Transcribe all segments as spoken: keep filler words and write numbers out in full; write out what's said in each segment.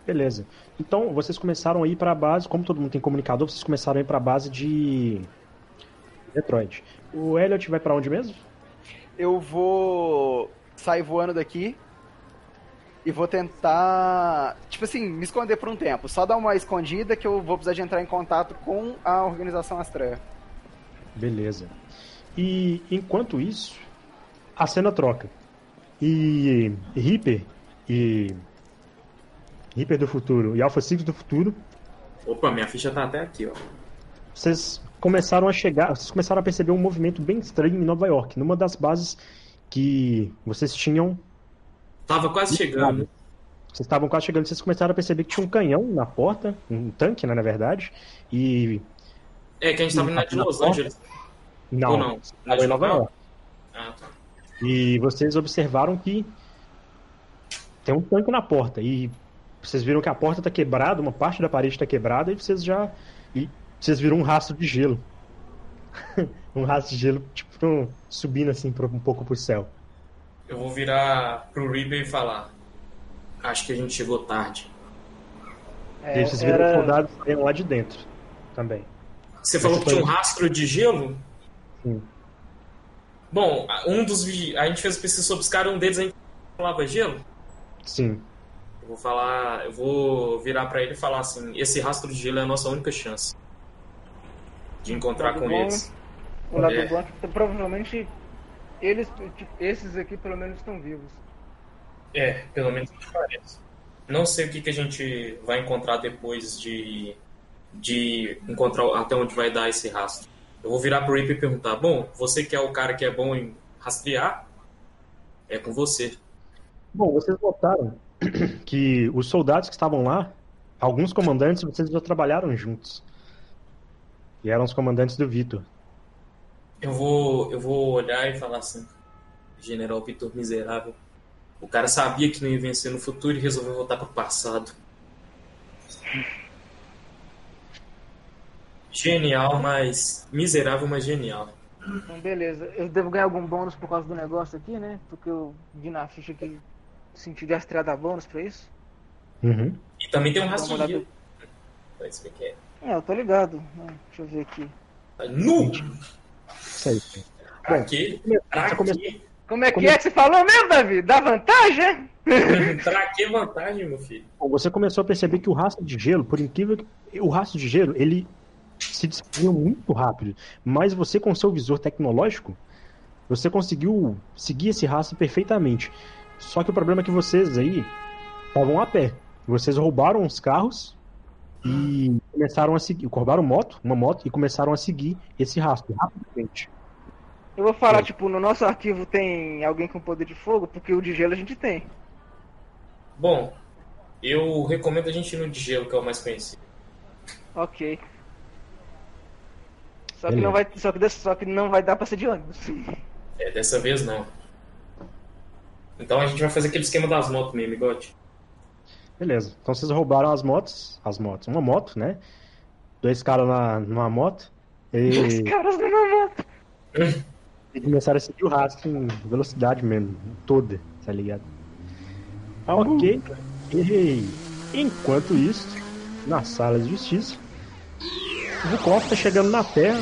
Beleza. Então, vocês começaram a ir pra base, como todo mundo tem comunicador, vocês começaram a ir pra base de Detroit. O Elliot vai pra onde mesmo? Eu vou sair voando daqui e vou tentar, tipo assim, me esconder por um tempo. Só dar uma escondida que eu vou precisar de entrar em contato com a organização Astrea. Beleza. E enquanto isso, a cena troca. E Reaper e Reaper do futuro e Alpha Six do futuro, Opa, minha ficha tá até aqui, ó. vocês começaram a chegar, vocês começaram a perceber um movimento bem estranho em Nova York, numa das bases que vocês tinham. Tava quase chegando. Vocês estavam quase chegando, vocês começaram a perceber que tinha um canhão na porta, um tanque, né, na verdade, e... É que a gente tava indo de Na Los porta? Angeles. Não, Ou não? estava em Nova York. Ah, tá. E vocês observaram que tem um tanque na porta, e vocês viram que a porta tá quebrada, uma parte da parede tá quebrada, e vocês já... E vocês viram um rastro de gelo. Um rastro de gelo, tipo, um- subindo assim pro- um pouco pro céu. Eu vou virar pro Reaper e falar. Acho que a gente chegou tarde. e aí vocês viram os soldados saindo lá de dentro também. Você falou que tinha um rastro de gelo? Sim. Bom, um dos... vi- A gente fez pesquisa sobre os caras, um deles a gente falava gelo. Sim. Eu vou falar... Eu vou virar pra ele e falar assim, esse rastro de gelo é a nossa única chance de encontrar Lado com bom, eles. O lado É. bom é que provavelmente eles, tipo, esses aqui pelo menos estão vivos. É, pelo menos me parece. Não sei o que, que a gente vai encontrar depois de, de encontrar até onde vai dar esse rastro. Eu vou virar pro Rip e perguntar, bom, você que é o cara que é bom em rastrear, é com você. Bom, vocês notaram que os soldados que estavam lá, alguns comandantes, vocês já trabalharam juntos. E eram os comandantes do Vitor. Eu vou, eu vou olhar e falar assim, General Vitor miserável. O cara sabia que não ia vencer no futuro e resolveu voltar pro passado. Genial, mas... Miserável, mas genial. Então, beleza. Eu devo ganhar algum bônus por causa do negócio aqui, né? Porque eu vi na ficha que senti de rastrear dar bônus pra isso. Uhum. E também tem um Vamos rastro lá de do- gelo. Parece que é. É, eu tô ligado. Ah, deixa eu ver aqui. Nu! Isso aí. Pra Bom, quê? você Pra começou- quê? Como é que Como- é que você falou mesmo, Davi? Dá vantagem, é? Pra que vantagem, meu filho? Bom, você começou a perceber que o rastro de gelo, por incrível que... O rastro de gelo, ele se distribuiu muito rápido. Mas você, com seu visor tecnológico, você conseguiu seguir esse rastro perfeitamente. Só que o problema é que vocês aí estavam a pé. Vocês roubaram os carros e começaram a seguir. Roubaram moto, uma moto, e começaram a seguir esse rastro rapidamente. Eu vou falar, É. tipo, no nosso arquivo tem alguém com poder de fogo, porque o de gelo a gente tem. Bom, eu recomendo a gente ir no de gelo, que é o mais conhecido. Ok. Só que, Beleza. não vai, só, que, desse- só que não vai dar pra ser de ônibus. É, dessa vez não. Então a gente vai fazer aquele esquema das motos mesmo, bigote. Beleza. Então vocês roubaram as motos. As motos. Uma moto, né? Dois caras na, numa moto. Os E, caras não moto. e começaram a seguir o rastro em velocidade mesmo. Toda, tá ligado? Ah, ok. E, enquanto isso, na sala de justiça, o Vukov tá chegando na Terra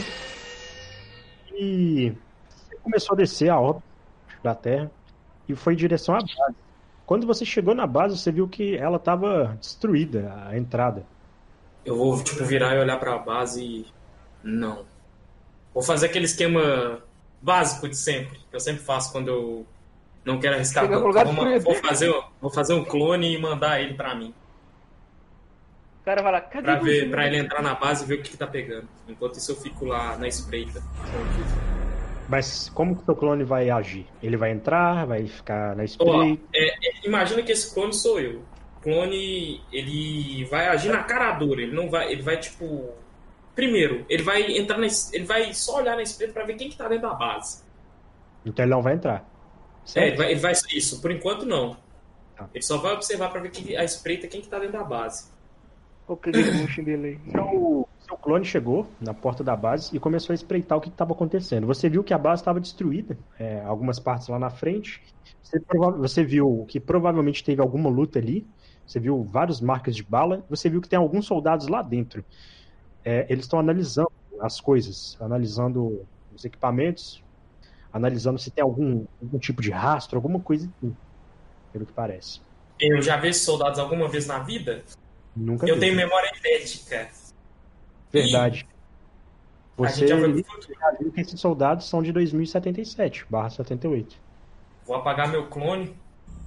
e começou a descer a órbita da Terra e foi em direção à base. Quando você chegou na base, você viu que ela estava destruída, a entrada. Eu vou, tipo, virar e olhar pra base e... Não. Vou fazer aquele esquema básico de sempre, que eu sempre faço quando eu não quero arriscar. Chega no Vou, lugar vou, frio. vou fazer, vou fazer um clone e mandar ele pra mim. O cara vai lá, cadê Pra, você? ver, pra ele entrar na base e ver o que, que tá pegando. Enquanto isso eu fico lá na espreita. Mas como que o seu clone vai agir? Ele vai entrar, vai ficar na Ó, espreita? é, é, imagina que esse clone sou eu. O clone, ele vai agir na cara dura. Ele não vai, ele vai tipo... Primeiro, ele vai entrar na, es- ele vai só olhar na espreita pra ver quem que tá dentro da base. Então ele não vai entrar. É, Certo? ele vai, ele vai isso. Por enquanto não. Tá. Ele só vai observar pra ver quem, a espreita quem que tá dentro da base. Qual que é o motion dele aí? Então, o seu clone chegou na porta da base e começou a espreitar o que estava acontecendo. Você viu que a base estava destruída, é, algumas partes lá na frente. Você, prova- você viu que provavelmente teve alguma luta ali, Você viu várias marcas de bala, você viu que tem alguns soldados lá dentro. É, eles estão analisando as coisas, analisando os equipamentos, analisando se tem algum, algum tipo de rastro, alguma coisa, pelo que parece. Eu já vi esses soldados alguma vez na vida? Nunca Eu vi. tenho memória idética. Verdade. E a Você gente já foi pro futuro. já viu que esses soldados são de dois mil e setenta e sete, barra setenta e oito. Vou apagar meu clone.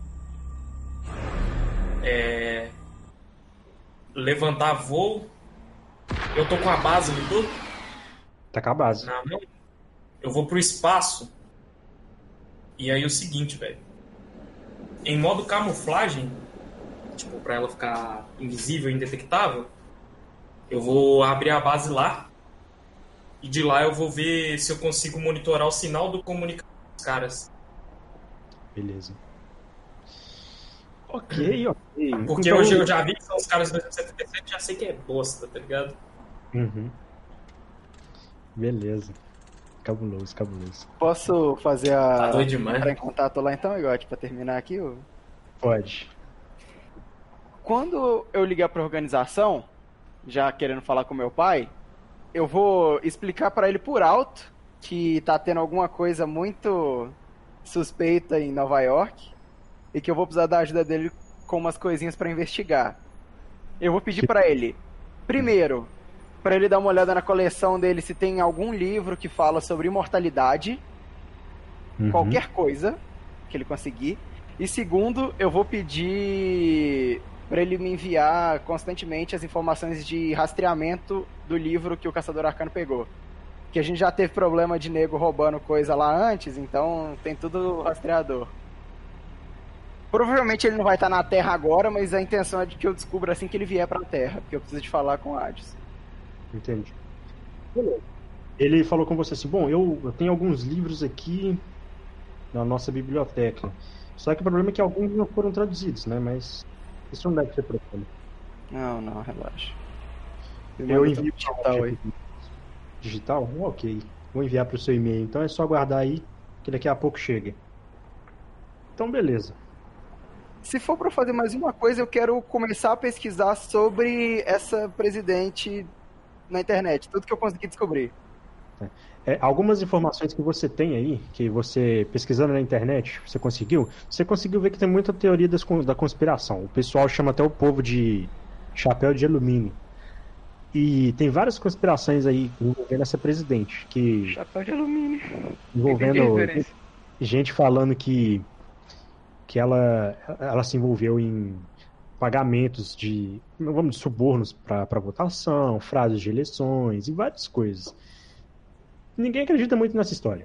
É... Levantar voo. Eu tô com a base no topo, Tá com a base. na mão. Eu vou pro espaço. E aí o seguinte, velho. Em modo camuflagem, tipo, pra ela ficar invisível, indetectável, eu vou abrir a base lá. E de lá eu vou ver se eu consigo monitorar o sinal do comunicador dos caras. Beleza. Ok, ok. Porque Então- hoje eu já vi que são os caras de dois mil e setenta e sete, já sei que é bosta, tá ligado? Uhum. Beleza. Cabuloso, cabuloso. Posso fazer Tá a. doido demais. Entrar em contato lá então, Igote, pra terminar aqui? Ô? Pode. Quando eu ligar pra organização, já querendo falar com meu pai, eu vou explicar pra ele por alto que tá tendo alguma coisa muito suspeita em Nova York e que eu vou precisar da ajuda dele com umas coisinhas pra investigar. Eu vou pedir pra ele, primeiro, pra ele dar uma olhada na coleção dele se tem algum livro que fala sobre imortalidade, Uhum. qualquer coisa que ele conseguir. E segundo, eu vou pedir pra ele me enviar constantemente as informações de rastreamento do livro que o Caçador Arcano pegou. Que a gente já teve problema de nego roubando coisa lá antes, então tem tudo rastreador. Provavelmente ele não vai estar na Terra agora, mas a intenção é de que eu descubra assim que ele vier pra Terra, porque eu preciso de falar com o Hades. Entendi. Beleza. Ele falou com você assim, bom, eu, eu tenho alguns livros aqui na nossa biblioteca. Só que o problema é que alguns não foram traduzidos, né? Mas isso não deve ser problema. Não, não, relaxa. Me Eu manda envio tudo para digital aí. Digital? Ok. Vou enviar para o seu e-mail. Então é só aguardar aí que daqui a pouco chega. Então, beleza. Se for pra fazer mais uma coisa, eu quero começar a pesquisar sobre essa presidente na internet, tudo que eu consegui descobrir. É, algumas informações que você tem aí, que você pesquisando na internet, você conseguiu, você conseguiu ver que tem muita teoria das, con- da conspiração. O pessoal chama até o povo de chapéu de alumínio. E tem várias conspirações aí envolvendo essa presidente, que Chapéu de alumínio. Entendi a envolvendo referência. gente falando que que ela ela se envolveu em pagamentos de, vamos, de subornos para votação, frases de eleições e várias coisas. Ninguém acredita muito nessa história.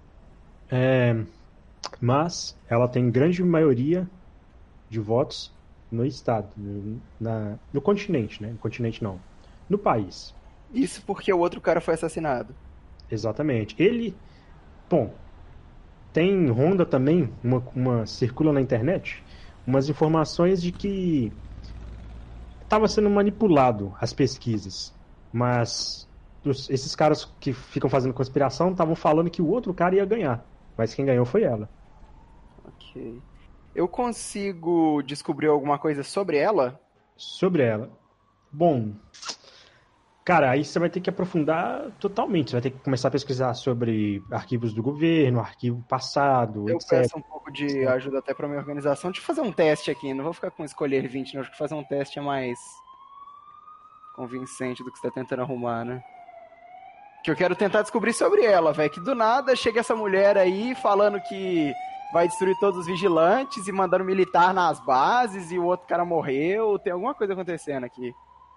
É, mas ela tem grande maioria de votos no estado, no, na, no continente, né? No continente não, no país. Isso porque o outro cara foi assassinado. Exatamente. Ele, bom, tem ronda também, uma, uma circula na internet, umas informações de que estava sendo manipulado as pesquisas, mas os- esses caras que ficam fazendo conspiração estavam falando que o outro cara ia ganhar, mas quem ganhou foi ela. Ok. Eu consigo descobrir alguma coisa sobre ela? Sobre ela. Bom, cara, aí você vai ter que aprofundar totalmente. Você vai ter que começar a pesquisar sobre arquivos do governo, arquivo passado, Eu etcétera. peço um pouco de ajuda até pra minha organização. Deixa eu fazer um teste aqui. Não vou ficar com escolher vinte, não. Acho que fazer um teste é mais convincente do que você tá tentando arrumar, né? Que eu quero tentar descobrir sobre ela, velho. Que do nada chega essa mulher aí falando que vai destruir todos os vigilantes e mandando militar nas bases e o outro cara morreu. Tem alguma coisa acontecendo aqui.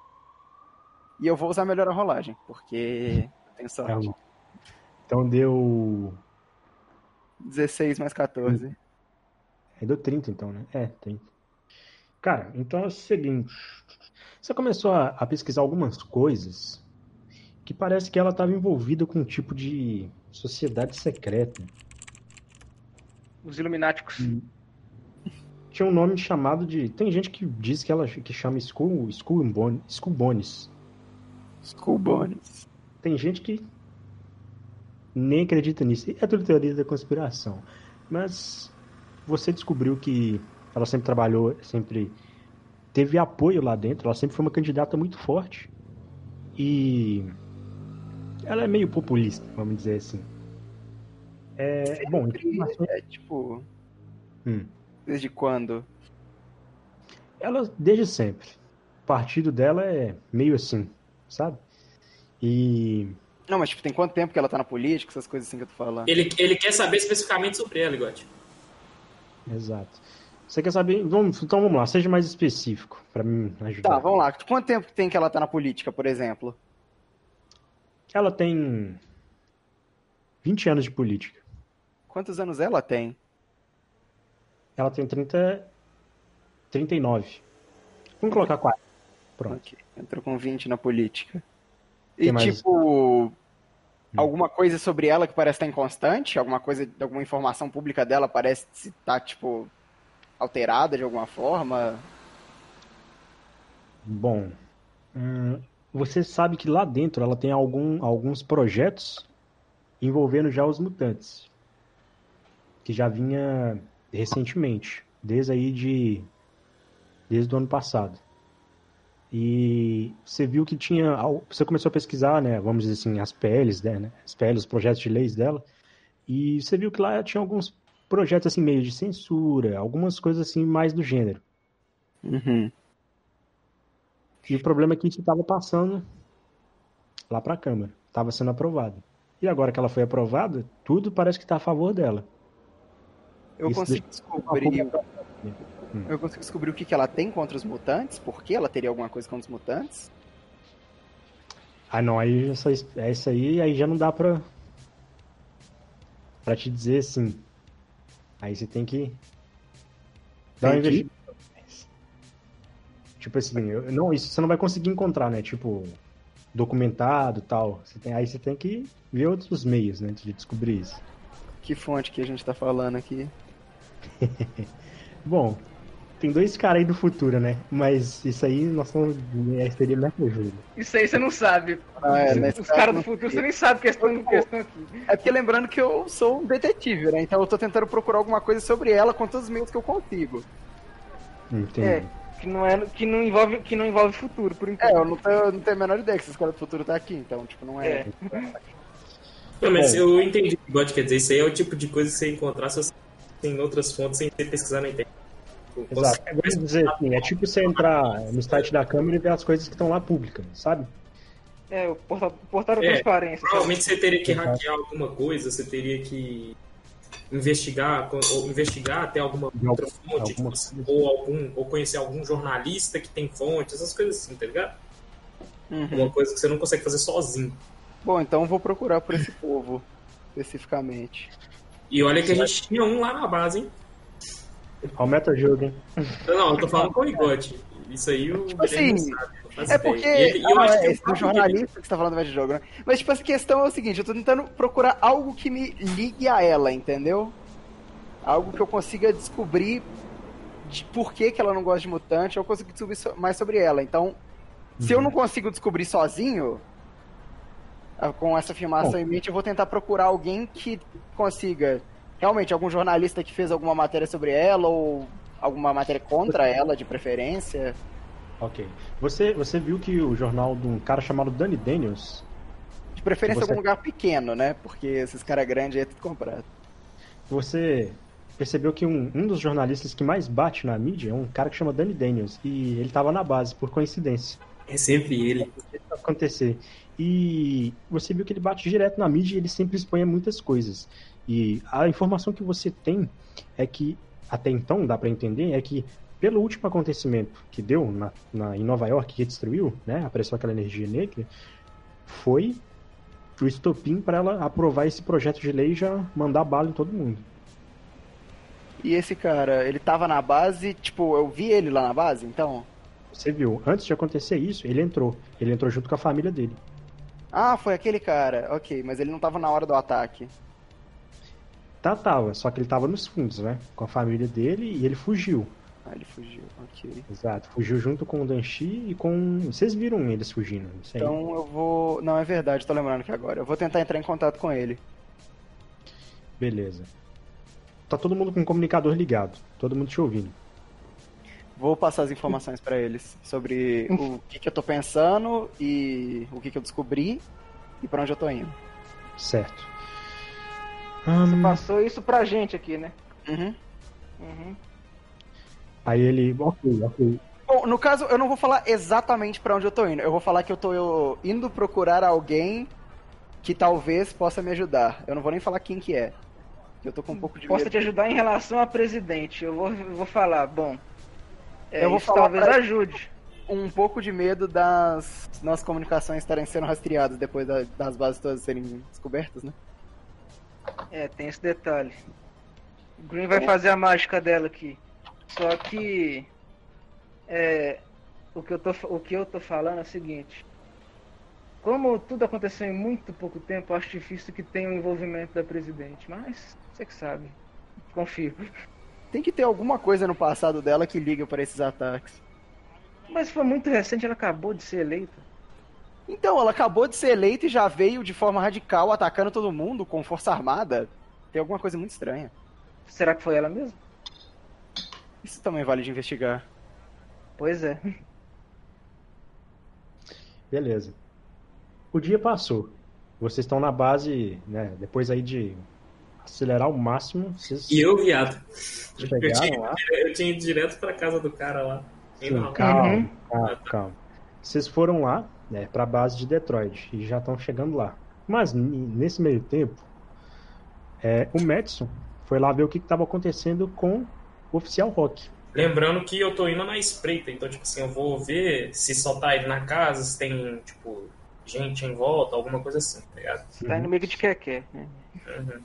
E eu vou usar melhor a rolagem, porque eu tenho sorte. Então, então deu. dezesseis mais quatorze. É, deu trinta então, né? É, trinta. Cara, então é o seguinte. Você começou a, a pesquisar algumas coisas que parece que ela estava envolvida com um tipo de sociedade secreta. Os Ilumináticos. Tinha um nome chamado de. Tem gente que diz que ela que chama Skull, Skull, Bon- Skull Bones. School Bones. Tem gente que nem acredita nisso. É tudo teoria da conspiração. Mas você descobriu que ela sempre trabalhou, sempre teve apoio lá dentro, ela sempre foi uma candidata muito forte. E ela é meio populista, vamos dizer assim. É, bom, informações... É tipo. Hum. Desde quando? Ela, desde sempre. O partido dela é meio assim, sabe? E. Não, mas tipo, tem quanto tempo que ela tá na política, essas coisas assim que eu tô falando? Ele, ele quer saber especificamente sobre ela, Igote. Exato. Você quer saber? Vamos, então vamos lá, seja mais específico pra me ajudar. Tá, vamos lá. Quanto tempo que tem que ela tá na política, por exemplo? Ela tem vinte anos de política. Quantos anos ela tem? Ela tem trinta, trinta e nove. Vamos colocar quatro. Pronto. Ok, entrou com vinte na política. Tem E mais- tipo, alguma coisa sobre ela que parece estar inconstante? Alguma coisa, alguma informação pública dela parece estar, tipo, alterada de alguma forma? Bom, hum, você sabe que lá dentro ela tem algum, alguns projetos envolvendo já os mutantes. Que já vinha recentemente, desde aí de desde o ano passado. E você viu que tinha, al- você começou a pesquisar, né, vamos dizer assim, as P Ls, né, as P Ls, os projetos de leis dela, e você viu que lá tinha alguns projetos assim meio de censura, algumas coisas assim mais do gênero. Uhum. E o problema é que isso estava passando lá para a Câmara, estava sendo aprovado. E agora que ela foi aprovada, tudo parece que está a favor dela. Eu Isso consigo deixa- descobrir. Hum. Eu consigo descobrir o que, que ela tem contra os mutantes? Por que ela teria alguma coisa contra os mutantes? Ah, não, aí essa, é isso aí, aí já não dá pra, pra te dizer assim. Aí você tem que dar uma Entendi. investigação. Tipo assim, eu- não, isso você não vai conseguir encontrar, né? Tipo, documentado e tal. Você tem, aí você tem que ver outros meios, né? De descobrir isso. Que fonte que a gente tá falando aqui? Bom, tem dois caras aí do futuro, né? Mas isso aí nós somos, é, seria Metal Júlio. Isso aí você não sabe. Ah, é, Os- nesse Os caso caras não do futuro, sei. você nem sabe que estão que estão aqui. É porque lembrando que eu sou um detetive, né? Então eu tô tentando procurar alguma coisa sobre ela com todos os meios que eu consigo. Entendi. É, que não, é, que não, envolve, que não envolve futuro, por É, enquanto. eu não tenho, não tenho a menor ideia que esses caras do futuro tá aqui, então, tipo, não é. É. Não, mas Bom. eu entendi o que o Igote quer dizer. Isso aí é o tipo de coisa que você encontrar se você tem outras fontes sem ter pesquisar na internet. Tipo, Exato. você- Vamos dizer assim, é tipo você entrar no site da Câmara e ver as coisas que estão lá públicas, sabe? É, o portal, o portal da É, transparência. Provavelmente você teria que Exato. hackear alguma coisa, você teria que investigar, ou investigar até alguma De outra algum- fonte, alguma que você- coisa. ou algum, ou conhecer algum jornalista que tem fonte, essas coisas assim, tá ligado? Uhum. Uma coisa que você não consegue fazer sozinho. Bom, então eu vou procurar por esse povo, especificamente. E olha que a gente tinha um lá na base, hein? Aumenta o jogo, hein? Não, eu tô falando com o Igote. Isso aí o Tipo assim, Guilherme não sabe, não faz É ideia. porque. E ele- e eu ah, acho que é, o esse é um próprio jornalista que você tá falando mais de jogo, né? Mas, tipo, a questão é o seguinte: eu tô tentando procurar algo que me ligue a ela, entendeu? Algo que eu consiga descobrir de por que, que ela não gosta de mutante, eu consigo descobrir so- mais sobre ela. Então, se eu não consigo descobrir sozinho, ah, com essa afirmação Bom. em mente, eu vou tentar procurar alguém que consiga. Realmente, algum jornalista que fez alguma matéria sobre ela, ou alguma matéria contra ela, de preferência. Ok. Você, você viu que o jornal de um cara chamado Danny Daniels, De preferência Você- algum lugar pequeno, né? Porque esses caras grandes aí é tudo comprado. você percebeu que um, um dos jornalistas que mais bate na mídia é um cara que chama Danny Daniels, e ele tava na base, por coincidência. É sempre ele. Isso vai acontecer. E você viu que ele bate direto na mídia e ele sempre expõe a muitas coisas. E a informação que você tem é que, até então, dá pra entender, é que pelo último acontecimento que deu na, na- em Nova York, que destruiu, né, apareceu aquela energia negra, foi o estopim para ela aprovar esse projeto de lei e já mandar bala em todo mundo. E esse cara, ele tava na base, tipo, eu vi ele lá na base, então. Você viu, antes de acontecer isso, ele entrou. Ele entrou junto com a família dele. Ah, foi aquele cara, ok, mas ele não tava na hora do ataque. Tá, tava, só que ele tava nos fundos, né, com a família dele e ele fugiu. Ah, ele fugiu, ok. Exato, fugiu junto com o Danchi e com... Vocês viram eles fugindo, não sei. Então eu vou. Não, é verdade, tô lembrando aqui agora. Eu vou tentar entrar em contato com ele. Beleza. Tá todo mundo com o comunicador ligado, todo mundo te ouvindo. Vou passar as informações pra eles sobre o que, que eu tô pensando e o que, que eu descobri e pra onde eu tô indo. Certo. Você Hum, passou isso pra gente aqui, né? Uhum. Uhum. Aí ele. Ok, ok. Bom, no caso, eu não vou falar exatamente pra onde eu tô indo. Eu vou falar que eu tô eu, indo procurar alguém que talvez possa me ajudar. Eu não vou nem falar quem que é. Eu tô com um pouco de Posso medo. te ajudar em relação a presidente. Eu vou, eu vou falar, bom. É, Eu vou isso falar talvez pra- ajude. Um pouco de medo das nossas comunicações estarem sendo rastreadas depois da- das bases todas serem descobertas, né? É, tem esse detalhe. O Green vai fazer a mágica dela aqui. Só que. É, o, que eu tô, o que eu tô falando é o seguinte. Como tudo aconteceu em muito pouco tempo, eu acho difícil que tenha o envolvimento da presidente. Mas, você que sabe. Confio. Tem que ter alguma coisa no passado dela que liga para esses ataques. Mas foi muito recente, ela acabou de ser eleita. Então, ela acabou de ser eleita e já veio de forma radical atacando todo mundo com força armada. Tem alguma coisa muito estranha. Será que foi ela mesmo? Isso também vale de investigar. Pois é. Beleza. O dia passou. Vocês estão na base, né? Depois aí de acelerar ao máximo, vocês E eu, viado. Eu chegaram tinha, lá. eu tinha ido direto pra casa do cara lá. Sim, Não. calma, Uhum. calma, calma. Vocês foram lá, né, para a base de Detroit e já estão chegando lá. Mas n- nesse meio tempo, é, o Madison foi lá ver o que estava acontecendo com o oficial Rock. Lembrando que eu tô indo na espreita, então, tipo assim, eu vou ver se só tá ele na casa, se tem, tipo, gente em volta, alguma coisa assim, tá ligado? Você tá inimigo de quer né? Uhum.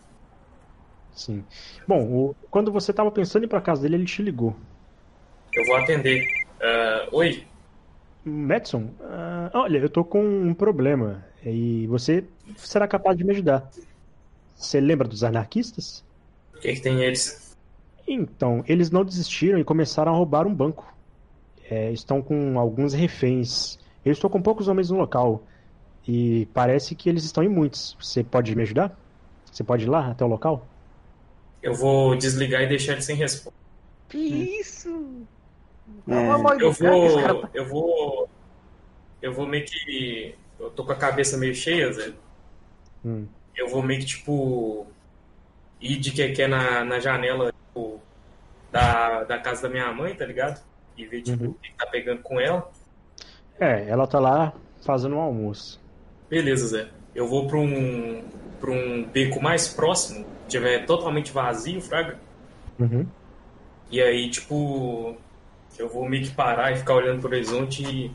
Sim. Bom, o- quando você estava pensando em ir para casa dele, ele te ligou. Eu vou atender. Ah, oi? Madison, ah, olha, eu tô com um problema e você será capaz de me ajudar. Você lembra dos anarquistas? O que que tem eles? Então, eles não desistiram e começaram a roubar um banco. É, estão com alguns reféns. Eu estou com poucos homens no local e parece que eles estão em muitos. Você pode me ajudar? Você pode ir lá até o local? Eu vou desligar e deixar ele sem resposta. Que isso? É, É uma mal Eu educada que esse cara vou. tá. Eu vou. Eu vou meio que. Eu tô com a cabeça meio cheia, Zé. Hum. Eu vou meio que, tipo. Ir de que na, na janela, tipo, da, da casa da minha mãe, tá ligado? E ver, tipo, Uhum. o que tá pegando com ela. É, ela tá lá fazendo um almoço. Beleza, Zé. Eu vou pra um. pra um beco mais próximo, que tiver totalmente vazio, fraga. Uhum. E aí, tipo. Eu vou meio que parar e ficar olhando pro horizonte e.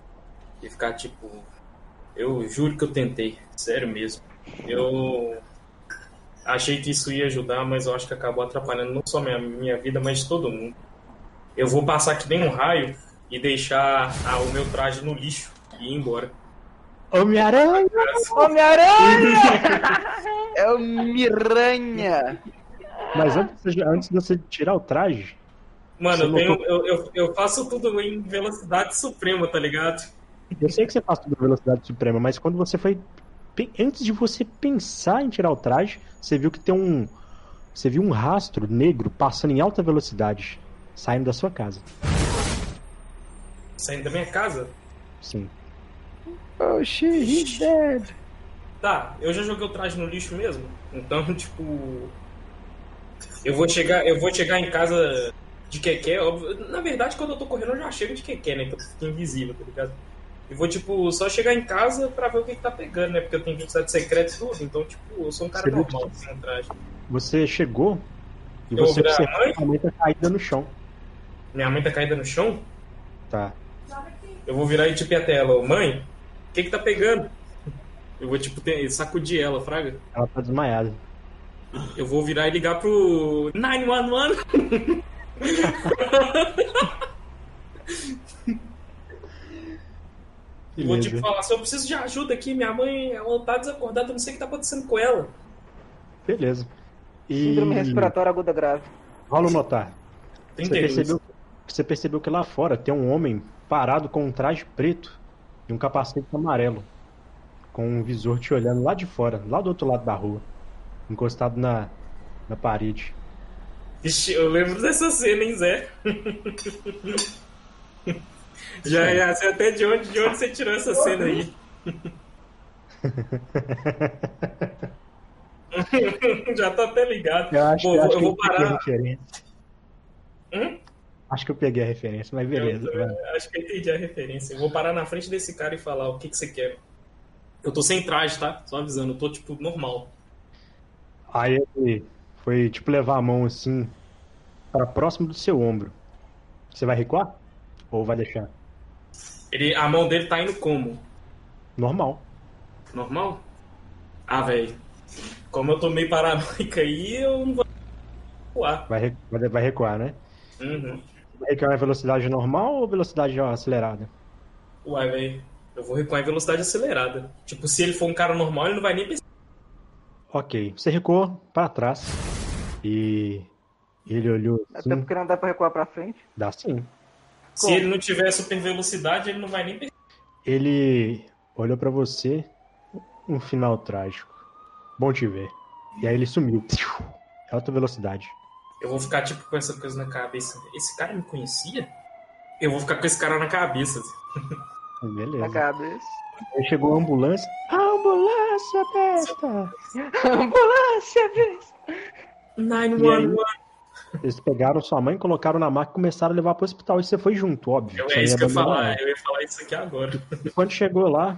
E ficar tipo. Eu juro que eu tentei. Sério mesmo. Eu. Achei que isso ia ajudar, mas eu acho que acabou atrapalhando não só minha, minha vida, mas de todo mundo. Eu vou passar que nem um raio e deixar ah, o meu traje no lixo e ir embora. Homem-Aranha! Homem-Aranha! É o Miranha! Mas antes, de- antes de você tirar o traje, Mano, Você eu, tenho, notou- eu, eu, eu faço tudo em velocidade suprema, tá ligado? eu sei que você faz tudo velocidade suprema, mas quando você foi. pe- Antes de você pensar em tirar o traje, você viu que tem um. Você viu um rastro negro passando em alta velocidade, saindo da sua casa. Saindo da minha casa. Sim. Oh shit, he's dead! Tá, eu já joguei o traje no lixo mesmo. Então, tipo. Eu vou chegar, eu vou chegar em casa de quequé. Óbvio. Na verdade, quando eu tô correndo, eu já chego de quequé, né? Então eu fico invisível, tá ligado? Eu vou, tipo, só chegar em casa pra ver o que, que tá pegando, né? Porque eu tenho identidade secreta e tudo. Então, tipo, eu sou um cara Você viu normal sem um traje. Você chegou e Eu você ouvi a observou mãe? que a mãe tá caída no chão. Minha mãe tá caída no chão. Tá. Eu vou virar e tipo ir até ela. Mãe, o que que tá pegando? Eu vou, tipo, ter- sacudir ela, fraga. Ela tá desmaiada. Eu vou virar e ligar pro nove um um. E vou, tipo, Beleza. falar assim, eu preciso de ajuda aqui, minha mãe, ela tá desacordada, eu não sei o que tá acontecendo com ela. Beleza. E Síndrome respiratória aguda grave. rola um notar. Você trinta e dois. percebeu, você percebeu que lá fora tem um homem parado com um traje preto e um capacete amarelo, com um visor te olhando lá de fora, lá do outro lado da rua, encostado na, na parede. Ixi, eu lembro dessa cena, hein, Zé? já, já sei até de onde, de onde você tirou essa cena aí. Já tô até ligado. Eu acho, Pô, eu eu, acho eu vou que eu peguei a parar. referência. Hum? Acho que eu peguei a referência, mas beleza. Eu, eu, acho que eu entendi a referência. Eu vou parar na frente desse cara e falar o que, que você quer. Eu tô sem traje, tá? Só avisando, eu tô, tipo, normal. Aí ele foi, tipo, levar a mão assim para próximo do seu ombro. Você vai recuar? Ou vai deixar? Ele, a mão dele tá indo como? Normal. Normal? Ah, velho. Como eu tô meio paranoica aí, eu não vou recuar. Vai, re- vai, vai recuar, né? Uhum. Vai recuar em velocidade normal ou velocidade acelerada? Uai, velho. Eu vou recuar em velocidade acelerada. Tipo, se ele for um cara normal, ele não vai nem perceber. Ok. Você recuou para trás. E ele olhou Até assim. porque não dá pra recuar pra frente. Dá sim. Se ele não tiver super velocidade, ele não vai nem perceber. Ele olhou pra você. Um final trágico. Bom te ver. E aí ele sumiu. Alta velocidade. Eu vou ficar, tipo, com essa coisa na cabeça. Esse cara me conhecia? Eu vou ficar com esse cara na cabeça. Na Beleza. cabeça. Aí chegou a ambulância. Ambulância, besta! Ambulância, besta! nove E aí, um um. eles pegaram sua mãe, colocaram na maca e começaram a levar pro hospital. E você foi junto, óbvio. Eu, Você é isso ia que eu ia abandonar falar. ela. Eu ia falar isso aqui agora. E quando chegou lá,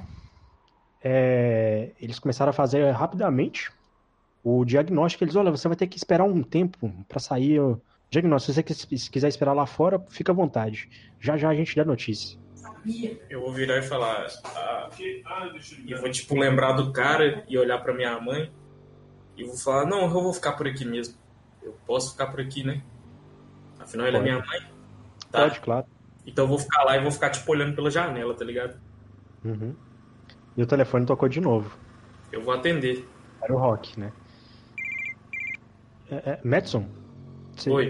é, eles começaram a fazer rapidamente o diagnóstico. Eles, olha, você vai ter que esperar um tempo pra sair o diagnóstico. Se você quis- se quiser esperar lá fora, fica à vontade. Já já a gente dá notícia. Eu vou virar e falar. Ah, e vou, tipo, lembrar do cara e olhar pra minha mãe. E vou falar: não, eu vou ficar por aqui mesmo. Eu posso ficar por aqui, né? Afinal, ela é Pode. minha mãe. Tá. Pode, claro. Então eu vou ficar lá e vou ficar, tipo, olhando pela janela, tá ligado? Uhum. E o telefone tocou de novo. Eu vou atender. Era o Rock, né? É, é, Madison? Você- Oi.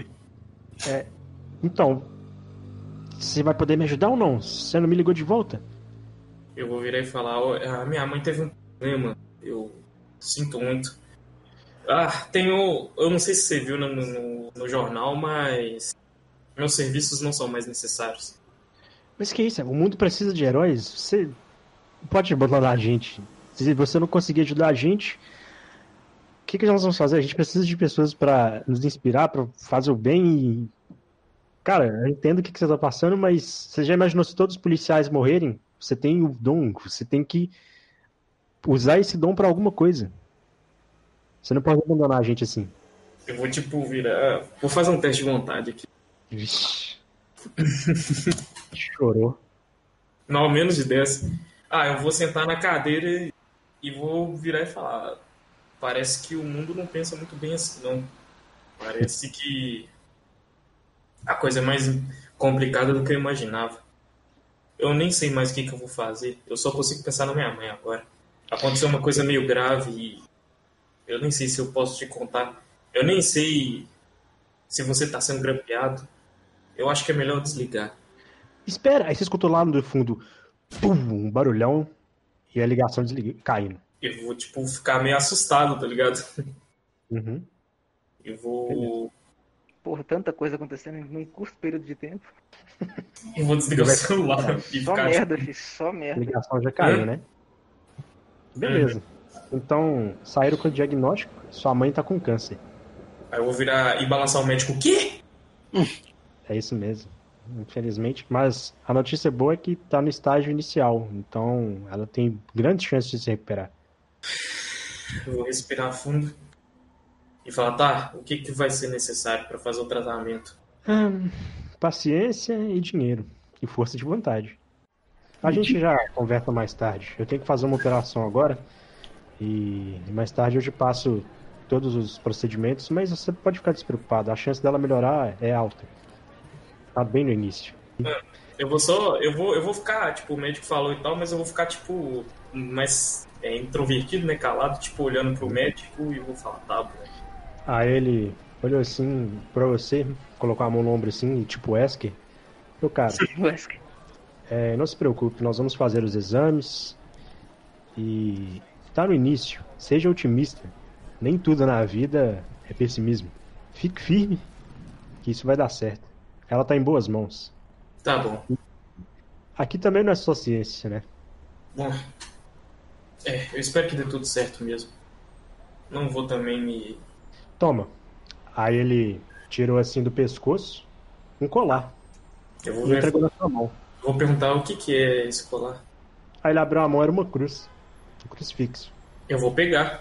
Então, você vai poder me ajudar ou não? Você não me ligou de volta? Eu vou virar e falar: ó, a minha mãe teve um problema. Eu sinto muito. Ah, tenho. Eu não sei se você viu no, no, no jornal, mas meus serviços não são mais necessários. Mas que isso? O mundo precisa de heróis. Você não pode abandonar a gente. Se você não conseguir ajudar a gente, o que, que nós vamos fazer? A gente precisa de pessoas pra nos inspirar, pra fazer o bem e... Cara, eu entendo o que, que você tá passando, mas você já imaginou se todos os policiais morrerem? Você tem o dom, você tem que usar esse dom pra alguma coisa. Você não pode abandonar a gente assim. Eu vou, tipo, virar. Vou fazer um teste de vontade aqui. Vixe. Chorou. Não, menos de dez. Ah, eu vou sentar na cadeira e vou virar e falar: parece que o mundo não pensa muito bem assim, não. Parece que a coisa é mais complicada do que eu imaginava. Eu nem sei mais o que, que eu vou fazer. Eu só consigo pensar na minha mãe agora. Aconteceu uma coisa meio grave e eu nem sei se eu posso te contar. Eu nem sei se você está sendo grampeado. Eu acho que é melhor desligar. Espera! Aí você escutou lá no fundo pum, um barulhão e a ligação desliga, caindo. Eu vou, tipo, ficar meio assustado, tá ligado? Uhum. Eu vou... Porra, tanta coisa acontecendo num curto período de tempo. Eu vou desligar o celular e Só ficar... merda, tipo, filho, só A merda. ligação já caiu, Hum? né? Beleza. Então, saíram com o diagnóstico. Sua mãe tá com câncer. Aí eu vou virar e balançar o médico. O quê? É isso mesmo. Infelizmente. Mas a notícia boa é que tá no estágio inicial. Então, ela tem grandes chances de se recuperar. Eu vou respirar fundo e falar, tá, o que, que vai ser necessário para fazer o tratamento? Hum, paciência e dinheiro. E força de vontade. A gente já conversa mais tarde. Eu tenho que fazer uma operação agora. E mais tarde eu te passo todos os procedimentos. Mas você pode ficar despreocupado. A chance dela melhorar é alta. Tá bem no início. Eu vou só, eu vou, eu vou ficar, tipo, o médico falou e tal, mas eu vou ficar, tipo, mais é, introvertido, né, calado, tipo, olhando pro médico e vou falar, tá bom. Aí ele olhou assim pra você, colocou a mão no ombro assim, tipo Wesker. Meu cara, Wesker. é, não se preocupe, nós vamos fazer os exames e tá no início. Seja otimista. Nem tudo na vida é pessimismo. Fique firme que isso vai dar certo. Ela tá em boas mãos. Tá bom. Aqui também não é só ciência, né? Bom, é, eu espero que dê tudo certo mesmo. Não vou também me... Toma. Aí ele tirou assim do pescoço um colar Eu vou e ver, entregou na sua mão. vou perguntar o que que é esse colar. Aí ele abriu a mão, era uma cruz. Um crucifixo. Eu vou pegar.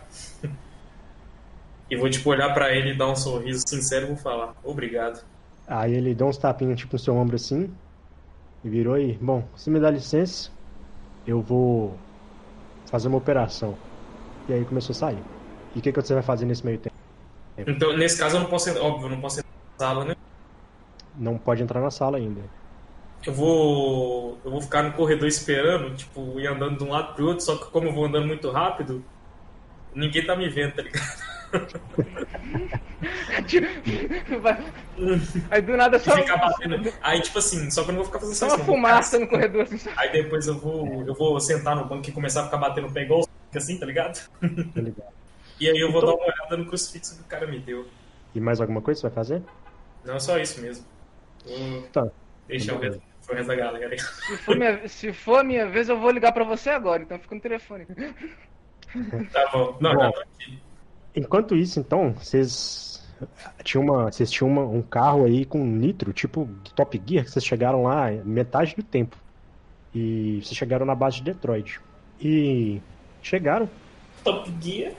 E vou, tipo, olhar pra ele e dar um sorriso sincero e vou falar, obrigado. Aí ele deu uns tapinhos tipo no seu ombro assim e virou e, bom, se me dá licença, eu vou fazer uma operação. E aí começou a sair. E o que, que você vai fazer nesse meio tempo? Então, nesse caso, eu não posso, óbvio, eu não posso entrar na sala, né? Não pode entrar na sala ainda. Eu vou, eu vou ficar no corredor esperando, tipo, ir andando de um lado pro outro, só que como eu vou andando muito rápido, ninguém tá me vendo, tá ligado? Vai- Aí do nada E só, ficar batendo. Aí, tipo assim, só que eu não vou ficar fazendo só isso. uma não, vou fumaça ficar- no corredor assim. só- Aí depois eu vou, eu vou sentar no banco e começar a ficar batendo o pé igual o assim, tá ligado? Tá ligado? E aí eu vou Então- dar uma olhada no crucifixo que o cara me deu. E mais alguma coisa você vai fazer? Não, é só isso mesmo. Vou Tá. deixar o resto, o resto da galera aí. Se for, minha, se for a minha vez, eu vou ligar pra você agora, então fica no telefone. Tá bom. Não, Bom. já tô aqui. Enquanto isso, então, vocês tinham uma, vocês tinham uma- um carro aí com nitro, tipo Top Gear, que vocês chegaram lá metade do tempo. E vocês chegaram na base de Detroit. E chegaram. Top Gear.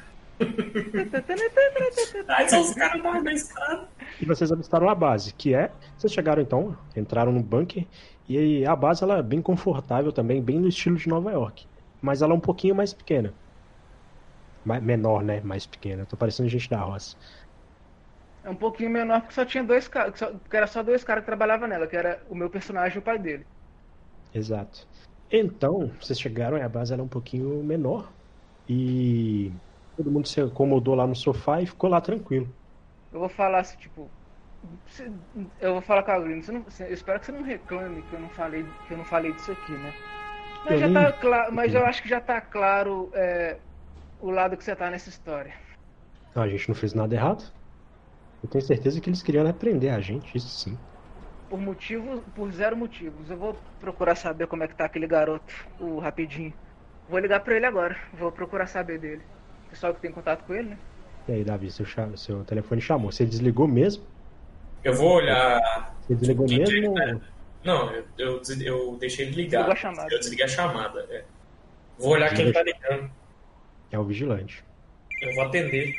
Ai, são os caras da da escada. E vocês avistaram a base, que é, vocês chegaram então, entraram no bunker, e aí a base ela é bem confortável também, bem no estilo de Nova York, mas ela é um pouquinho mais pequena. Ma- Menor, né? Mais pequena. Tô parecendo gente da roça. É um pouquinho menor porque só tinha dois caras, que só- que era só dois caras que trabalhavam nela, que era o meu personagem e o pai dele. Exato. Então, vocês chegaram e a base era um pouquinho menor, e todo mundo se acomodou lá no sofá e ficou lá tranquilo. Eu vou falar assim, tipo. você- Eu vou falar com a Green, você não- você- eu espero que você não reclame que eu não falei, que eu não falei disso aqui, né? Mas, Eu já nem- tá claro, mas eu acho que já tá claro é, o lado que você tá nessa história. Não, a gente não fez nada errado. Eu tenho certeza que eles queriam repreender a gente, isso sim. Por motivos, por zero motivos. Eu vou procurar saber como é que tá aquele garoto, o rapidinho. Vou ligar pra ele agora, vou procurar saber dele. Pessoal que tem contato com ele, né? E aí, Davi, seu, cha- seu telefone chamou. Você desligou mesmo? Eu vou olhar. Você desligou Quem que é mesmo? que tá? Não, eu, eu, des- eu deixei ele ligar. Desligou a chamada. Eu desliguei a chamada. É. Vou olhar quem tá ligando. É o vigilante. Eu vou atender.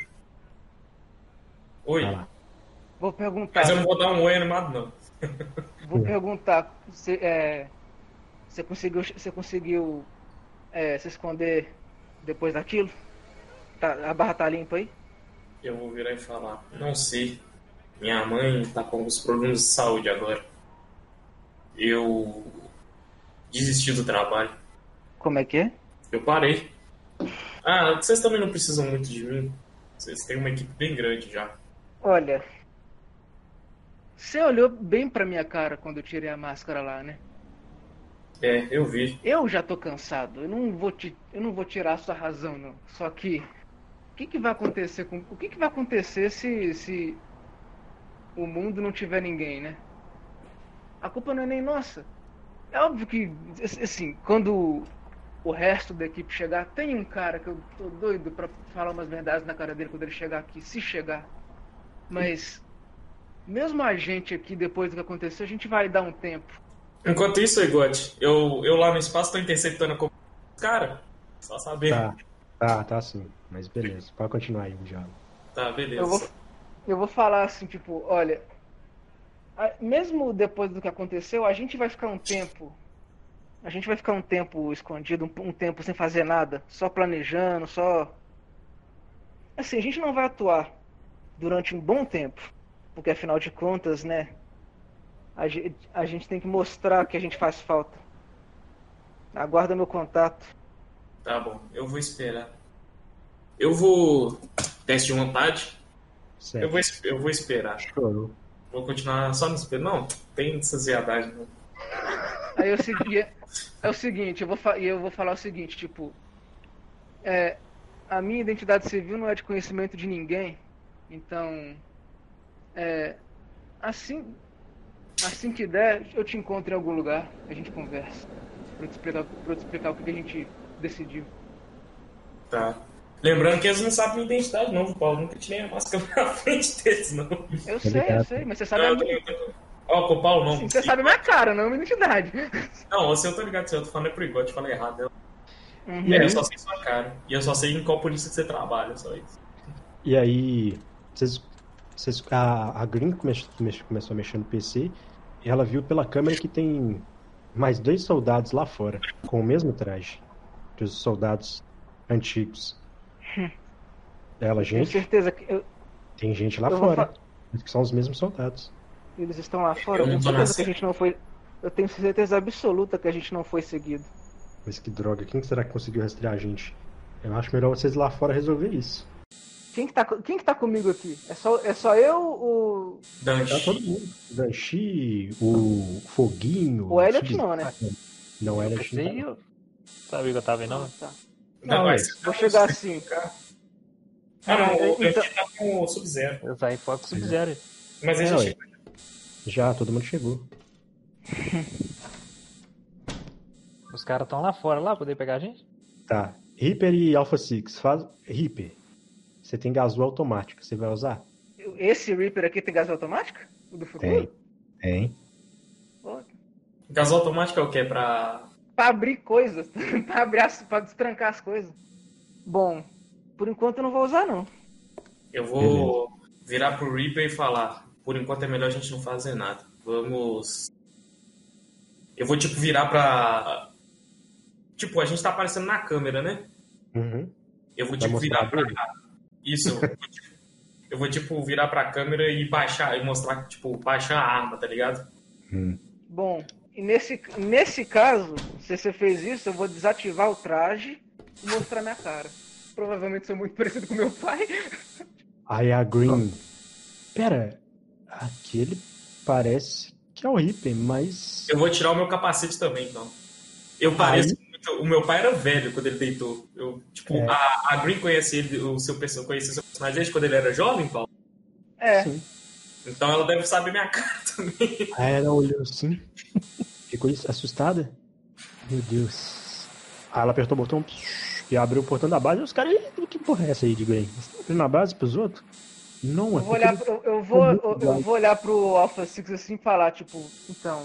Oi. Vai lá. Vou perguntar. Mas eu não vou dar um oi animado, não. Vou perguntar. Você, é, você conseguiu, você conseguiu é, se esconder depois daquilo? Tá, a barra tá limpa aí? Eu vou virar e falar. Não sei. Minha mãe tá com alguns problemas de saúde agora. Eu desisti do trabalho. Como é que é? Eu parei. Ah, vocês também não precisam muito de mim. Vocês têm uma equipe bem grande já. Olha, você olhou bem pra minha cara quando eu tirei a máscara lá, né? É, eu vi. Eu já tô cansado. Eu não vou te, eu não vou tirar a sua razão, não. Só que o que, que vai acontecer com, o que, que vai acontecer se, se o mundo não tiver ninguém, né? A culpa não é nem nossa. É óbvio que, assim, quando o resto da equipe chegar, tem um cara que eu tô doido pra falar umas verdades na cara dele quando ele chegar aqui, se chegar. Mas mesmo a gente aqui, depois do que aconteceu, a gente vai dar um tempo. Enquanto isso, Egote, eu, eu lá no espaço tô interceptando a com... Cara, só saber. Tá, tá, tá sim. Mas beleza, pode continuar aí o diálogo. Tá, beleza. Eu vou, eu vou falar assim, tipo, olha, a- mesmo depois do que aconteceu, a gente vai ficar um tempo, a gente vai ficar um tempo escondido, um, um tempo sem fazer nada, só planejando, só... Assim, a gente não vai atuar durante um bom tempo, porque afinal de contas, né, a gente, a gente tem que mostrar que a gente faz falta. Aguarda meu contato. Tá bom, eu vou esperar. Eu vou... Teste de vontade. Certo. Eu vou, es- eu vou esperar. Chorou. Vou continuar só no espelho. Não, tem essas viadagens. Não. Aí eu segui, é o seguinte, eu vou, fa- e eu vou falar o seguinte, tipo, é, a minha identidade civil não é de conhecimento de ninguém, então, é, Assim, assim que der, eu te encontro em algum lugar, a gente conversa. Pra eu te explicar, pra eu te explicar o que a gente decidiu. Tá. Lembrando que eles não sabem minha identidade, não, Paulo. Nunca tirei a máscara na frente deles, não. Eu sei, eu sei, mas você sabe a minha. Ó, com o Paulo não. Assim, você sabe a minha cara, não a minha identidade. Não, você eu tô ligado, se eu tô falando é por igual, eu te falei errado. Eu... Uhum. É, eu só sei sua cara. E eu só sei em qual polícia que você trabalha, só isso. E aí, vocês, vocês, a, a Green come, come, começou a mexer no P C e ela viu pela câmera que tem mais dois soldados lá fora, com o mesmo traje que os soldados antigos. Ela, Tenho gente, certeza que eu- tem gente lá eu vou fora, fa- que são os mesmos soldados. eles estão lá fora. Eu Eu não tenho tô certeza que a nascendo. gente não foi. Eu tenho certeza absoluta que a gente não foi seguido. Mas que droga, quem será que conseguiu rastrear a gente? Eu acho melhor vocês lá fora resolver isso. Quem que tá, co- quem que tá comigo aqui? É só, é só eu, o. Danche. Tá todo mundo. O Danchi, o Foguinho... O Elliot Sub- não, né? Não, o Elliot Esse não. aí, eu sabia que eu tava vendo, não? Ah, tá. Não, Não, mas... Vou chegar assim. Ah, não, o Então- Danche tá com o Sub-Zero. Eu saí fora com o Sub-Zero. Mas ele É, já ué. chegou. Já, todo mundo chegou. Os caras estão lá fora, lá, poder pegar a gente? Tá. Reaper e Alpha Six. Faz... Reaper, você tem gasol automática. Você vai usar? Esse Reaper aqui tem gás automática? O do futuro? Tem. Pô, Gás automático é o quê? Pra... pra abrir coisas. pra abrir as, pra destrancar as coisas. Bom, por enquanto eu não vou usar não. Eu vou virar pro Reaper e falar, por enquanto é melhor a gente não fazer nada. Vamos... Eu vou, tipo, virar pra... Tipo, a gente tá aparecendo na câmera, né? Uhum. Eu vou, Vai tipo, mostrar virar pra... dele? Isso. Eu vou, tipo, eu vou, tipo, virar pra câmera e baixar, e mostrar, tipo, baixar a arma, tá ligado? Hum. Bom, e nesse, nesse caso, se você fez isso, eu vou desativar o traje e mostrar minha cara. Provavelmente sou muito parecido com meu pai. Aí a Green... Pera, aquele parece que é o Reaper, mas... Eu vou tirar o meu capacete também, então. Eu pareço muito... O meu pai era velho quando ele deitou. Eu, tipo, É. a, a Green conhece ele, o seu, perso- conhecia o seu personagem desde quando ele era jovem, Paulo? É, Sim. Então ela deve saber minha cara também. Aí ela olhou assim, ficou assustada. Meu Deus. Aí ela apertou o botão e abriu o portão da base. E os caras, "Ih, que porra é essa aí de Green? Você tá abrindo a base pros outros? Não, eu é vou olhar, porque pro- eu, eu vou, eu, eu vou olhar pro Alpha Six assim e falar, tipo, então.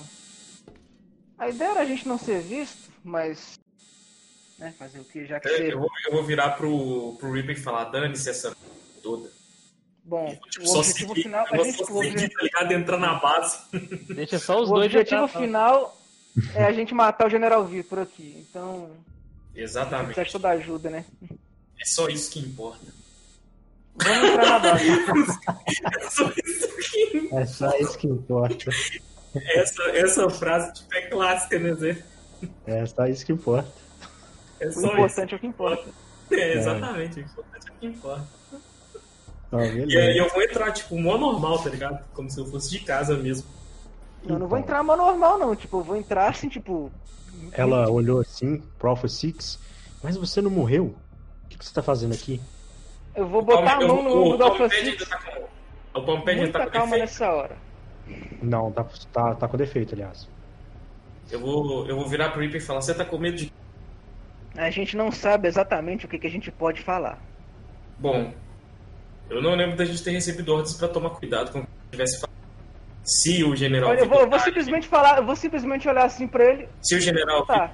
A ideia era a gente não ser visto, mas. Né, fazer o que, já que Eu, você. eu vou, eu vou virar pro, pro Reaper e falar, dane-se essa toda. Bom, Tipo, o só objetivo seguir, final. A eu gente, vou o só seguir, obje- tá ligado? Entrar na base. Deixa só os o dois objetivo entrar, tá? final é a gente matar o General Vitor aqui. Então. Exatamente. Precisa de toda ajuda, né? É só isso que importa. Vamos entrar na base. É só isso que importa. é só isso que importa. Essa, essa frase tipo, é clássica, né, Zé? É só isso que importa. É O só importante isso. é o que importa. É, exatamente. O importante é o que importa. Ó, E aí beleza. eu vou entrar, tipo, mó normal, tá ligado? Como se eu fosse de casa mesmo. Eu não vou Então. entrar mó normal, não. Tipo, eu vou entrar assim, tipo. Ela olhou assim pro Alpha Six. Mas você não morreu? O que que você tá fazendo aqui? Eu vou botar a Eu- mão no o- ombro do o Alpha Palmpad Six. ainda tá com- O Palmpad ainda tá Muita com calma defeito. nessa hora. Não, tá, tá, tá com defeito, aliás. Eu vou, eu vou virar pro Reaper e falar, você tá com medo de... A gente não sabe exatamente o que, que a gente pode falar. Bom, eu não lembro da gente ter recebido ordens pra tomar cuidado com o que tivesse falado. Se o general... Olha, eu vou, eu vou Vitor- simplesmente falar, eu vou simplesmente olhar assim pra ele. Se o general... Tá.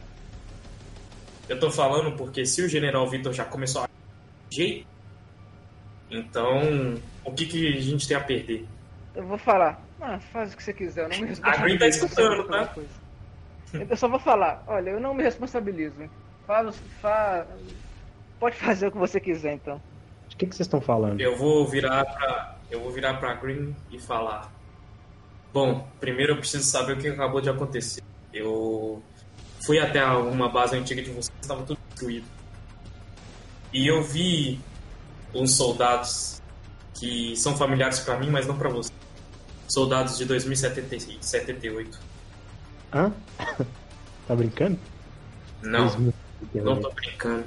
Eu tô falando porque se o general Vitor já começou a... jeito, então, o que, que a gente tem a perder? Eu vou falar. Ah, faz o que você quiser, eu não me responsabilizo. A Green tá escutando, por qualquer tá? coisa. Eu só vou falar, olha, eu não me responsabilizo. Faz, fa... Pode fazer o que você quiser, então. De que que vocês estão falando? Eu vou virar pra... Eu vou virar pra Green e falar... Bom, primeiro eu preciso saber o que acabou de acontecer. Eu fui até uma base antiga de vocês, estava tudo destruído. E eu vi uns soldados que são familiares pra mim, mas não pra você. Soldados de dois mil e setenta e oito. Hã? Tá brincando? Não, dois mil e não oito. tô brincando.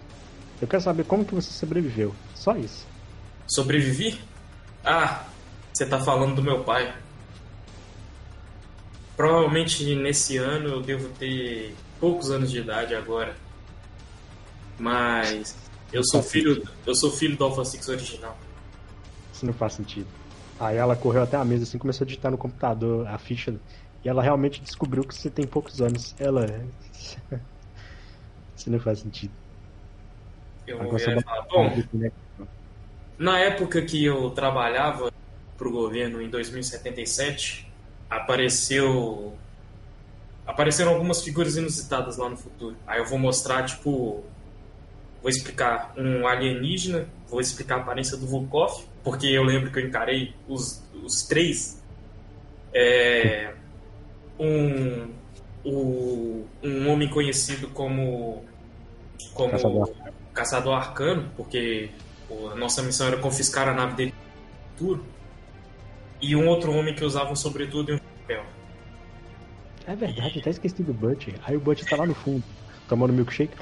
Eu quero saber como que você sobreviveu. Só isso. Sobrevivi? Ah, Você tá falando do meu pai. Provavelmente nesse ano eu devo ter poucos anos de idade agora. Mas eu sou filho, eu sou filho do Alpha Six original. Isso não faz sentido. Aí ela correu até a mesa assim, começou a digitar no computador a ficha. E ela realmente descobriu que você tem poucos anos. Ela. Isso não faz sentido. Eu vou virar e falar, bom, na época que eu trabalhava pro governo em dois mil e setenta e sete, apareceu apareceram algumas figuras inusitadas lá no futuro. Aí eu vou mostrar, tipo, vou explicar um alienígena, vou explicar a aparência do Volkov, porque eu lembro que eu encarei os, os três. É, um, um, um homem conhecido como, como Caçador. Caçador Arcano, porque a nossa missão era confiscar a nave dele no futuro, e um outro homem que usava um sobretudo e um chapéu. É verdade, até esqueci do Butch. Aí o Butch tá lá no fundo, tomando milkshake.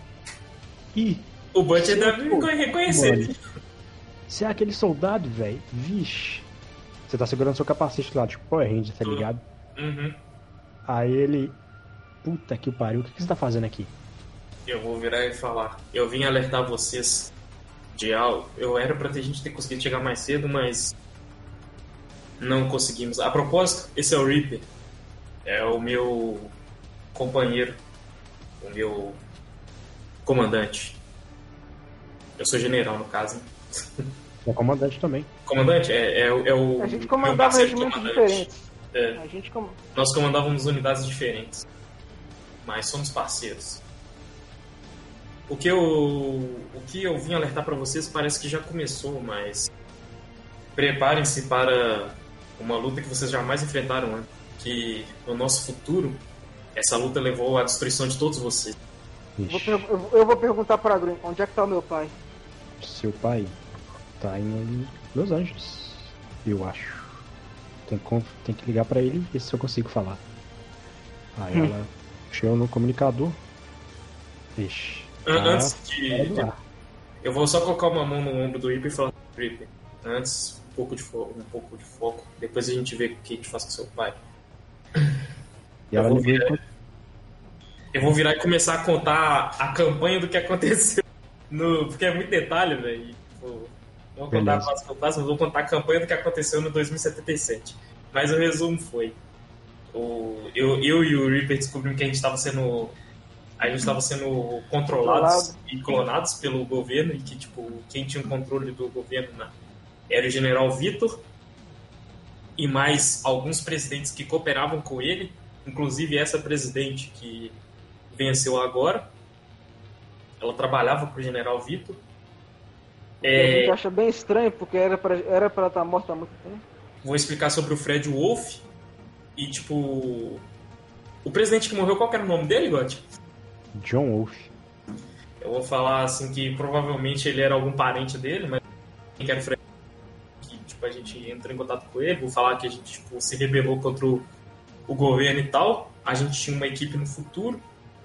Ih, O Butch Sim, deve pô, me reconhecer. mano. Você é aquele soldado, velho? Vixe. Você tá segurando seu capacete lá, tipo, Power Ranger, tá ligado? Uhum. Aí ele... Puta que pariu, o que, que você tá fazendo aqui? Eu vou virar e falar. Eu vim alertar vocês de algo. Eu era pra ter gente ter conseguido chegar mais cedo, mas não conseguimos. A propósito, esse é o Reaper. É o meu companheiro, o meu comandante. Eu sou general, no caso. Né? É comandante também. Comandante? É, é, o- é o. A gente meu comandava parceiro regimentos comandante. diferentes. É, A gente com... nós comandávamos unidades diferentes, mas somos parceiros. O que eu, o que eu vim alertar para vocês parece que já começou, mas preparem-se para uma luta que vocês jamais enfrentaram antes. Que no nosso futuro, essa luta levou à destruição de todos vocês. Vou Ixi, per- eu- eu vou perguntar pra Green, onde é que tá o meu pai? seu pai tá em Los Angeles, eu acho. Tem que, conf- tem que ligar pra ele e ver se eu consigo falar. Aí Hum. ela chegou no comunicador. Ixi. An- tá Antes fora do de. ar. Eu vou só colocar uma mão no ombro do Reaper e falar: Reaper, antes, um pouco de foco, um pouco de foco. Depois a gente vê o que a gente faz com seu pai. E ela eu, vou ligou virar, eu vou virar e começar a contar a campanha do que aconteceu. No, porque é muito detalhe, velho. Tipo, não vou contar Beleza. a fase que eu faço, mas vou contar a campanha do que aconteceu no dois mil e setenta e sete. Mas o resumo foi: o, eu, eu e o Reaper descobrimos que a gente estava sendo. A gente estava sendo controlados Controlado. e clonados pelo governo, e que, tipo, quem tinha o controle do governo na- era o General Vitor e mais alguns presidentes que cooperavam com ele, inclusive essa presidente que venceu agora. Ela trabalhava para o General Vitor. A É, gente acha bem estranho, porque era pra, era pra estar morto há muito tempo. vou explicar sobre o Fred Wolf. E, tipo, o presidente que morreu, qual que era o nome dele, Gotti? John Wolf. Eu vou falar assim que provavelmente ele era algum parente dele, mas quem que era o Fred, que tipo, a gente entrou em contato com ele, vou falar que a gente tipo, se rebelou contra o, o governo e tal. A gente tinha uma equipe no futuro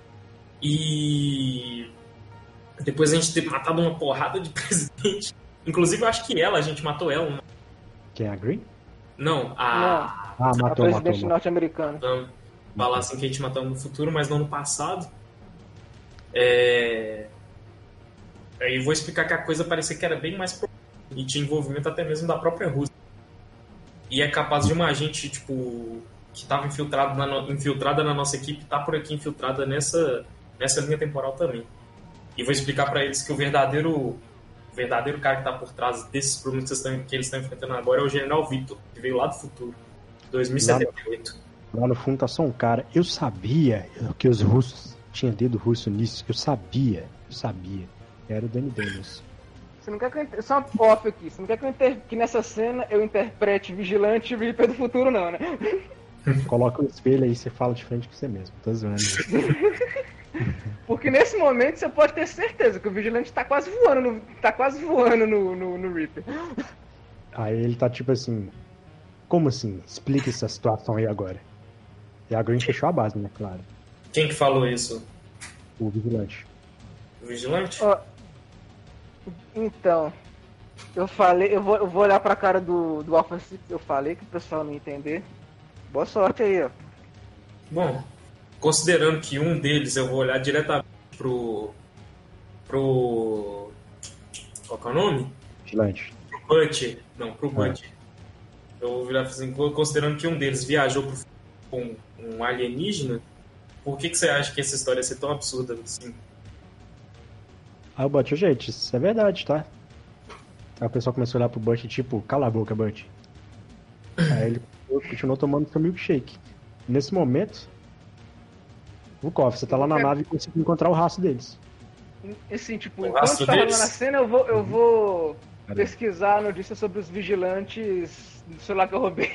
e depois a gente ter matado uma porrada de presidente. Inclusive eu acho que ela, a gente matou ela. Não, Quem é a Green? não a... Ah, A matou, matou, presidente matou. norte-americana. Então, falar assim que a gente matou no futuro, mas não no passado. É... Aí vou explicar que a coisa parecia que era bem mais profunda e tinha envolvimento até mesmo da própria Rússia. E é capaz de uma agente, tipo, que estava infiltrado na no... infiltrada na nossa equipe, tá por aqui infiltrada nessa, nessa linha temporal também. E vou explicar para eles que o verdadeiro, o verdadeiro cara que tá por trás desses problemas que, vocês estão, que eles estão enfrentando agora é o General Vitor, que veio lá do futuro, dois mil e setenta e oito. Lá no fundo tá só um cara. Eu sabia que os russos tinham dedo russo nisso. Eu sabia. Eu sabia. Era o Danny Daniels. Você não quer que eu inter... Só um off aqui. Você não quer que, eu inter... que nessa cena eu interprete Vigilante e Reaper do futuro, não, né? Coloca o espelho aí e você fala de frente com você mesmo. Tô zoando. Porque nesse momento você pode ter certeza que o Vigilante tá quase voando no, tá quase voando no, no, no Reaper. Aí ele tá tipo assim. Como assim? Explica essa situação aí agora. E a Green fechou a base, né? Claro. Quem que falou isso? O vigilante. O Vigilante? Ó, então, Eu falei, eu vou, eu vou olhar pra cara do, do Alpha Six, eu falei que o pessoal não ia entender. Boa sorte aí, ó. Bom, considerando que um deles eu vou olhar diretamente pro. pro. Qual que é o nome? Vigilante. Pro Butch. Não, pro Butch. Eu vou virar assim, considerando que um deles viajou pro com um alienígena, por que, que você acha que essa história ia ser tão absurda assim? Aí o Butch, gente, isso é verdade, tá? Aí o pessoal começou a olhar pro Butch, tipo, cala a boca, Butch. Aí ele continuou tomando seu milkshake. Nesse momento, o Koff, você tá lá na nave e conseguiu encontrar o rastro deles. Assim, tipo, O enquanto rastro tá rolando deles? a cena, eu vou, eu vou Caramba. pesquisar a notícia sobre os vigilantes do celular que eu roubei.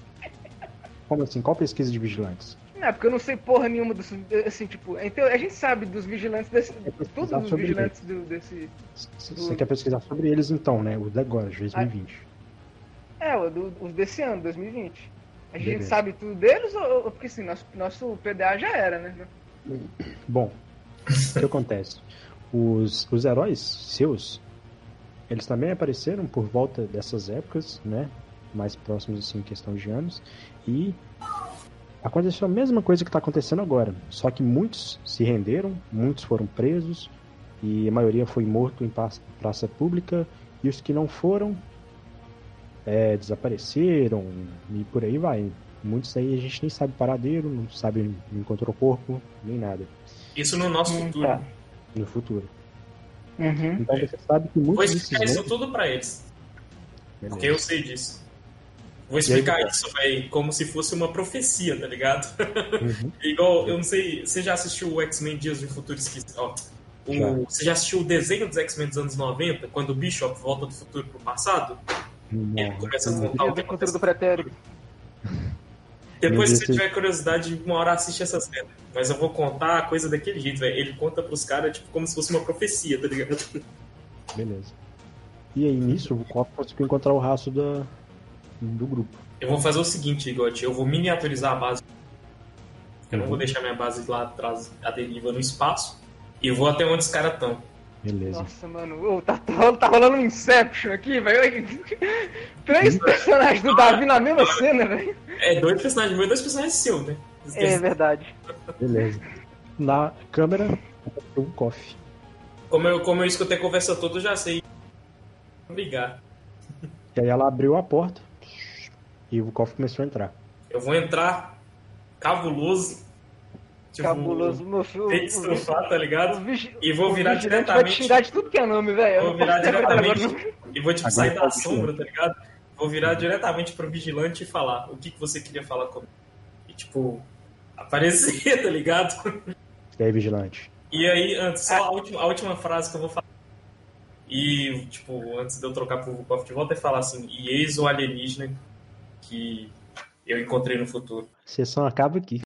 Como assim? Qual pesquisa de vigilantes? Não, é porque eu não sei porra nenhuma dos. Assim, tipo, então, a gente sabe dos vigilantes desse. pesquisar Todos os sobre vigilantes do, desse. C- Do- Você quer pesquisar sobre eles então, né? O de agora, de dois mil e vinte. É, o do, os desse ano, dois mil e vinte. A gente Beleza. sabe tudo deles ou. ou- Porque assim, nosso, nosso P D A já era, né? Bom, o que acontece? Os, os heróis seus, eles também apareceram por volta dessas épocas, né? Mais próximos, assim, em questão de anos. E aconteceu a mesma coisa que está acontecendo agora. Só que muitos se renderam, muitos foram presos, e a maioria foi morto em praça, praça pública. E os que não foram, é, desapareceram, e por aí vai. Muitos aí a gente nem sabe paradeiro, não sabe, não encontrou corpo, nem nada. Isso no nosso Hum, futuro. tá. No futuro. Uhum. Então você sabe que Vou muitos explicar desses isso tudo pra eles, Beleza. porque eu sei disso. Vou explicar isso, velho, como se fosse uma profecia, tá ligado? Uhum. Igual, eu não sei, você já assistiu o X-Men Dias do Futuro Esquecido? Ó, o- Já. você já assistiu o desenho dos X-Men dos anos noventa, quando o Bishop volta do futuro pro passado? Ele Não, começa a não, contar o que Dia do futuro aconteceu. do pretérito. Depois, se Meu você Deus, tiver curiosidade, uma hora assiste essa cena. Mas eu vou contar a coisa daquele jeito, velho. Ele conta pros caras, tipo, como se fosse uma profecia, tá ligado? beleza. E aí nisso o Copo conseguiu encontrar o rastro da, do grupo. Eu vou fazer o seguinte, Igote, eu vou miniaturizar a base. Eu não Uhum. vou deixar minha base lá atrás, a deriva no espaço. E eu vou até onde os caras estão. Beleza. Nossa, mano, ô, tá, tá, tá rolando um Inception aqui, velho. Três personagens do Davi na mesma cena, velho. É, dois personagens meus e dois personagens seus, né? É verdade. Beleza. Na câmera, o Coff. Como eu, como eu escutei a conversa toda, eu já sei brigar. E aí ela abriu a porta e o Coff começou a entrar. Eu vou entrar cabuloso. Tipo, Cabuloso, meu filho. Tem que estufar, tá ligado? O vigi- E vou o virar vigilante vai te diretamente. xingar de tudo que é nome, velho. Eu Vou não virar posso ter agora, diretamente. agora. E vou, tipo, Agora sair da pode sombra, tá ligado? Vou virar diretamente pro vigilante e falar o que, que você queria falar comigo. E, tipo, aparecer, tá ligado? E aí, vigilante? E aí, antes, só a última, a última frase que eu vou falar. E, tipo, antes de eu trocar pro Vukov de volta, é falar assim: e eis o alienígena que eu encontrei no futuro. A sessão acaba aqui.